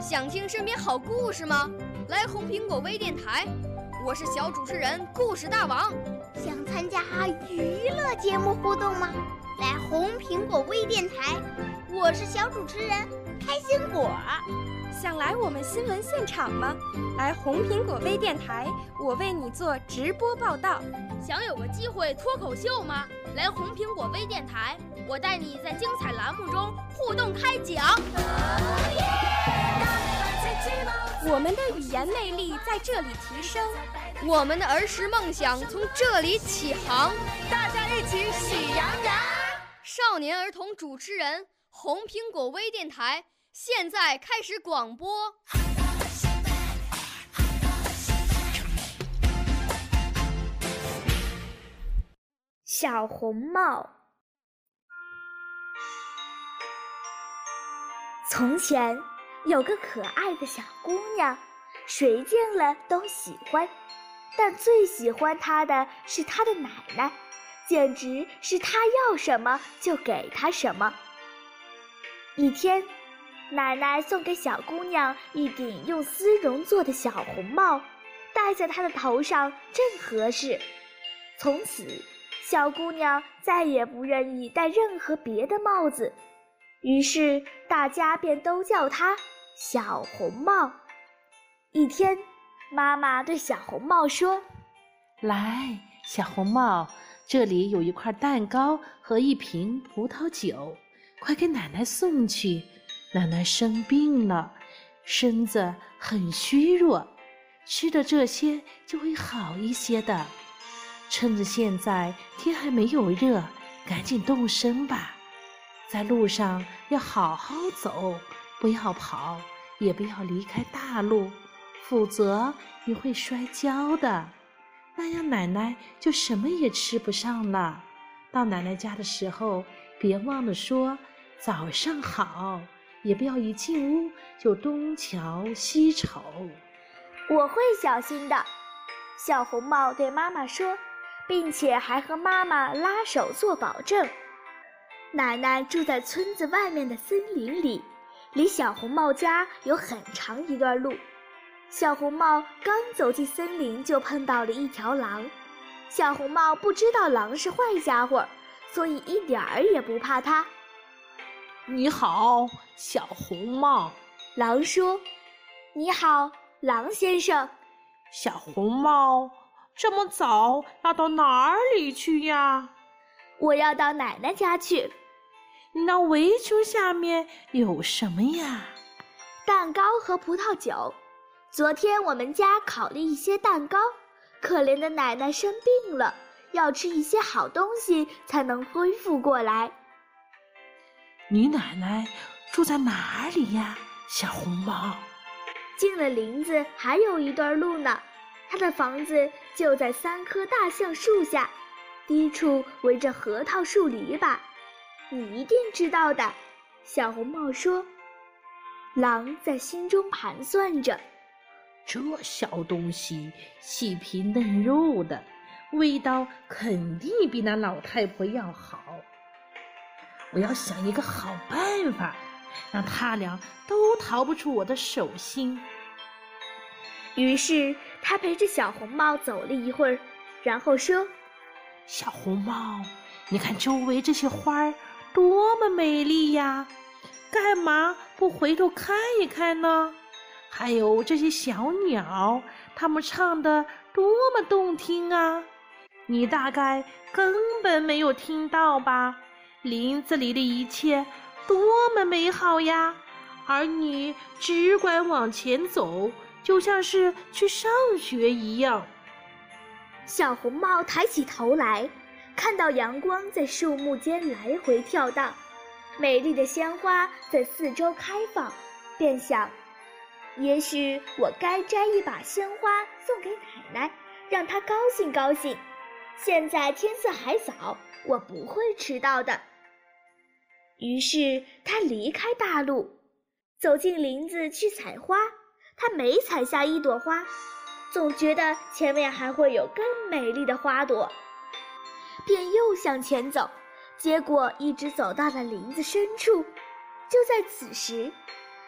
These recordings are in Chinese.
想听身边好故事吗？来红苹果微电台，我是小主持人故事大王。 想参加娱乐节目互动吗？来红苹果微电台，我是小主持人开心果。 想来我们新闻现场吗？来红苹果微电台，我为你做直播报道。 想有个机会脱口秀吗？来红苹果微电台，我带你在精彩栏目中互动开讲。 我们的语言魅力在这里提升， 我们的儿时梦想从这里起航。 大家一起喜羊羊。 少年儿童主持人，红苹果微电台现在开始广播。 小红帽。从前有个可爱的小姑娘，谁见了都喜欢，但最喜欢她的是她的奶奶，简直是她要什么就给她什么。一天，奶奶送给小姑娘一顶用丝绒做的小红帽，戴在她的头上正合适。从此，小姑娘再也不愿意戴任何别的帽子，于是大家便都叫她小红帽。一天，妈妈对小红帽说：“ 来，小红帽，这里有一块蛋糕和一瓶葡萄酒，快给奶奶送去。奶奶生病了，身子很虚弱，吃的这些就会好一些的。趁着现在天还没有热，赶紧动身吧。在路上要好好走，不要跑，也不要离开大路，否则你会摔跤的。那样奶奶就什么也吃不上了。到奶奶家的时候，别忘了说早上好，也不要一进屋就东瞧西瞅。” 我会小心的，小红帽对妈妈说，并且还和妈妈拉手做保证。奶奶住在村子外面的森林里，离小红帽家有很长一段路。小红帽刚走进森林，就碰到了一条狼。小红帽不知道狼是坏家伙，所以一点儿也不怕它。 你好，小红帽。 狼说：“你好，狼先生。” 小红帽，这么早要到哪里去呀？ 我要到奶奶家去。 那围裙下面有什么呀？ 蛋糕和葡萄酒。昨天我们家烤了一些蛋糕，可怜的奶奶生病了，要吃一些好东西才能恢复过来。 你奶奶住在哪里呀，小红帽？ 进了林子还有一段路呢，她的房子就在3棵大橡树下，低处围着核桃树篱笆。你一定知道的，小红帽说。狼在心中盘算着， 这小东西细皮嫩肉的，味道肯定比那老太婆要好。我要想一个好办法，让他俩都逃不出我的手心。 于是他陪着小红帽走了一会儿，然后说：“ 小红帽，你看周围这些花儿多么美丽呀，干嘛不回头看一看呢？还有这些小鸟，它们唱得多么动听啊！你大概根本没有听到吧？林子里的一切多么美好呀！而你只管往前走，就像是去上学一样。” 小红帽抬起头来，看到阳光在树木间来回跳荡，美丽的鲜花在四周开放，便想，也许我该摘一把鲜花送给奶奶，让她高兴高兴。现在天色还早，我不会迟到的。于是他离开大路，走进林子去采花。他每采下一朵花，总觉得前面还会有更美丽的花朵，便又向前走，结果一直走到了林子深处。就在此时，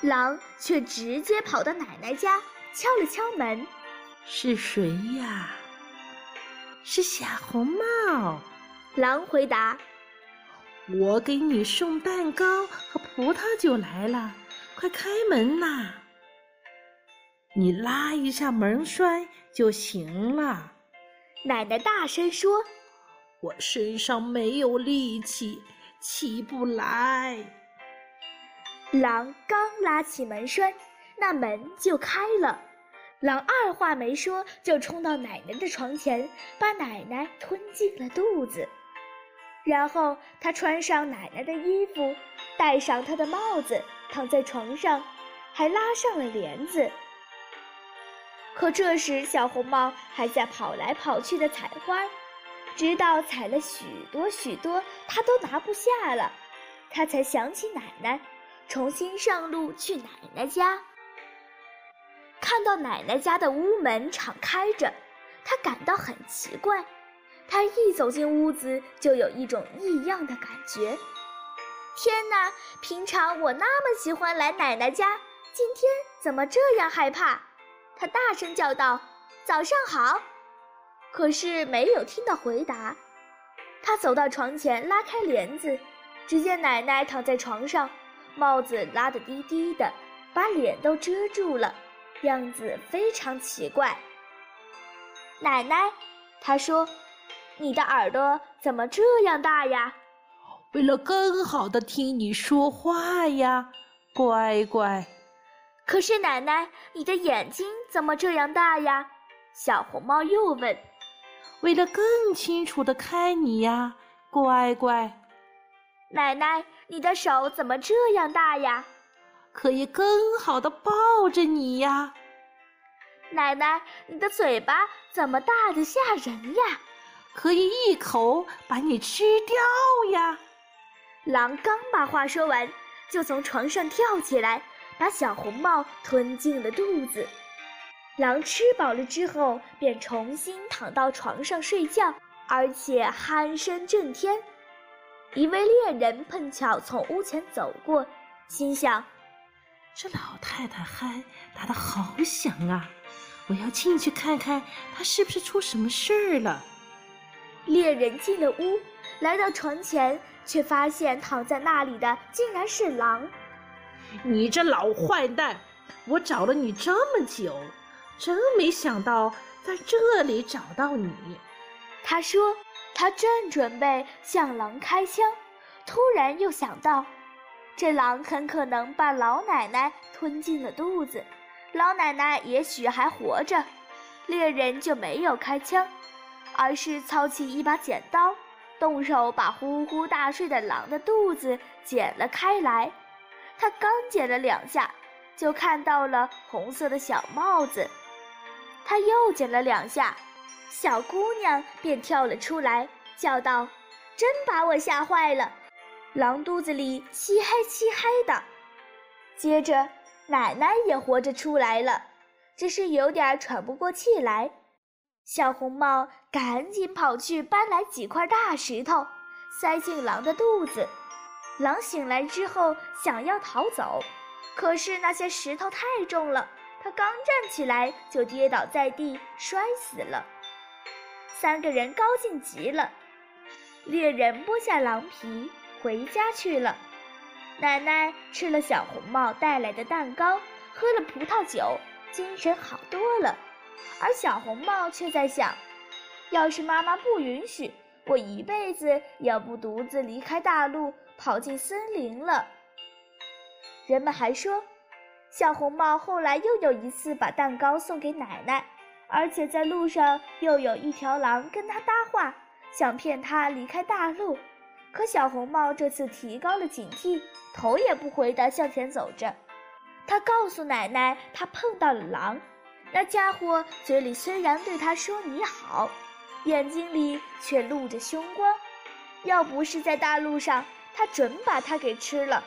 狼却直接跑到奶奶家，敲了敲门。 是谁呀？是小红帽。 狼回答： 我给你送蛋糕和葡萄酒来了，快开门呐！你拉一下门栓就行了。 奶奶大声说： 我身上没有力气，起不来。 狼刚拉起门栓，那门就开了。狼二话没说，就冲到奶奶的床前，把奶奶吞进了肚子。然后他穿上奶奶的衣服，戴上她的帽子，躺在床上，还拉上了帘子。可这时小红帽还在跑来跑去的采花，直到采了许多许多，他都拿不下了，他才想起奶奶，重新上路去奶奶家。看到奶奶家的屋门敞开着，他感到很奇怪。他一走进屋子，就有一种异样的感觉。天哪，平常我那么喜欢来奶奶家，今天怎么这样害怕？他大声叫道：早上好！可是没有听到回答。他走到床前，拉开帘子，只见奶奶躺在床上，帽子拉得低低的，把脸都遮住了，样子非常奇怪。奶奶，他说，你的耳朵怎么这样大呀？ 为了更好地听你说话呀，乖乖。 可是奶奶，你的眼睛怎么这样大呀？小红帽又问。 为了更清楚地看你呀，乖乖。 奶奶，你的手怎么这样大呀？ 可以更好地抱着你呀。 奶奶，你的嘴巴怎么大得吓人呀？ 可以一口把你吃掉呀。 狼刚把话说完，就从床上跳起来，把小红帽吞进了肚子。狼吃饱了之后，便重新躺到床上睡觉，而且鼾声震天。一位猎人碰巧从屋前走过，心想： 这老太太鼾打得好响啊，我要进去看看她是不是出什么事儿了。 猎人进了屋，来到床前，却发现躺在那里的竟然是狼。 你这老坏蛋，我找了你这么久，真没想到在这里找到你。 他说，他正准备向狼开枪，突然又想到，这狼很可能把老奶奶吞进了肚子，老奶奶也许还活着。猎人就没有开枪，而是操起一把剪刀，动手把呼呼大睡的狼的肚子剪了开来。他刚剪了2下，就看到了红色的小帽子。他又剪了2下，小姑娘便跳了出来，叫道：真把我吓坏了！狼肚子里漆黑漆黑的。接着奶奶也活着出来了，只是有点喘不过气来。小红帽赶紧跑去搬来几块大石头，塞进狼的肚子。狼醒来之后想要逃走，可是那些石头太重了，他刚站起来就跌倒在地，摔死了。3个人高兴极了。猎人剥下狼皮回家去了。奶奶吃了小红帽带来的蛋糕，喝了葡萄酒，精神好多了。而小红帽却在想，要是妈妈不允许，我一辈子也不独自离开大陆，跑进森林了。人们还说，小红帽后来又有一次把蛋糕送给奶奶，而且在路上又有一条狼跟他搭话，想骗他离开大陆。可小红帽这次提高了警惕，头也不回地向前走着。他告诉奶奶，他碰到了狼，那家伙嘴里虽然对他说你好，眼睛里却露着凶光，要不是在大路上，他准把他给吃了。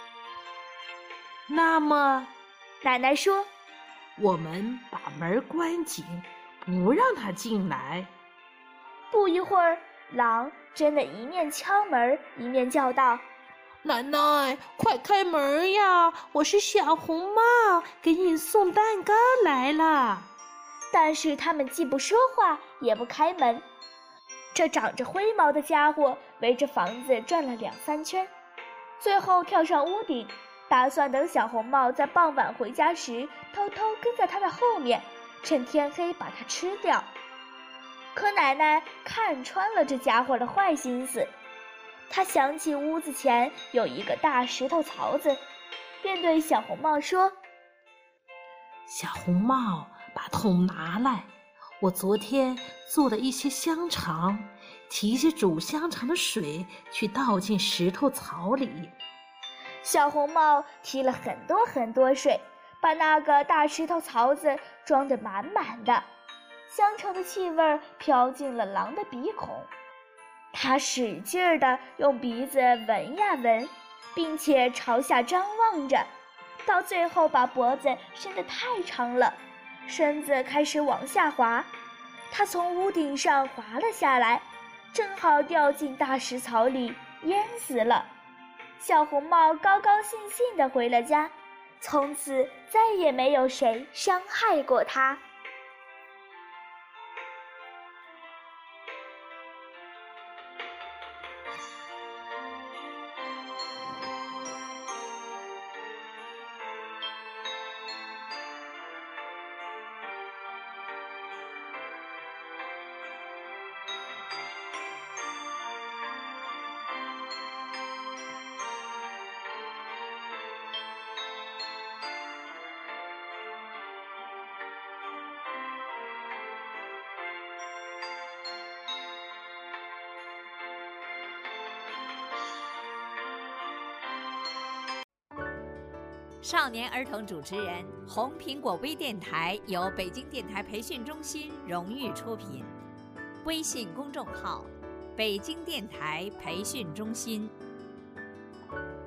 那么， 奶奶说， 我们把门关紧，不让他进来。 不一会儿，狼真的一面敲门，一面叫道： 奶奶，快开门呀！我是小红帽，给你送蛋糕来了。 但是他们既不说话，也不开门。这长着灰毛的家伙围着房子转了2-3圈，最后跳上屋顶，打算等小红帽在傍晚回家时偷偷跟在他的后面，趁天黑把它吃掉。可奶奶看穿了这家伙的坏心思，她想起屋子前有一个大石头槽子，便对小红帽说： 小红帽，把桶拿来，我昨天做了一些香肠，提着煮香肠的水去倒进石头槽里。 小红帽提了很多很多水，把那个大石头槽子装得满满的，香肠的气味飘进了狼的鼻孔。他使劲儿地用鼻子闻呀闻，并且朝下张望着，到最后把脖子伸得太长了，身子开始往下滑。他从屋顶上滑了下来，正好掉进大石槽里，淹死了。小红帽高高兴兴地回了家，从此再也没有谁伤害过他。 少年儿童主持人，红苹果微电台由北京电台培训中心荣誉出品，微信公众号：北京电台培训中心。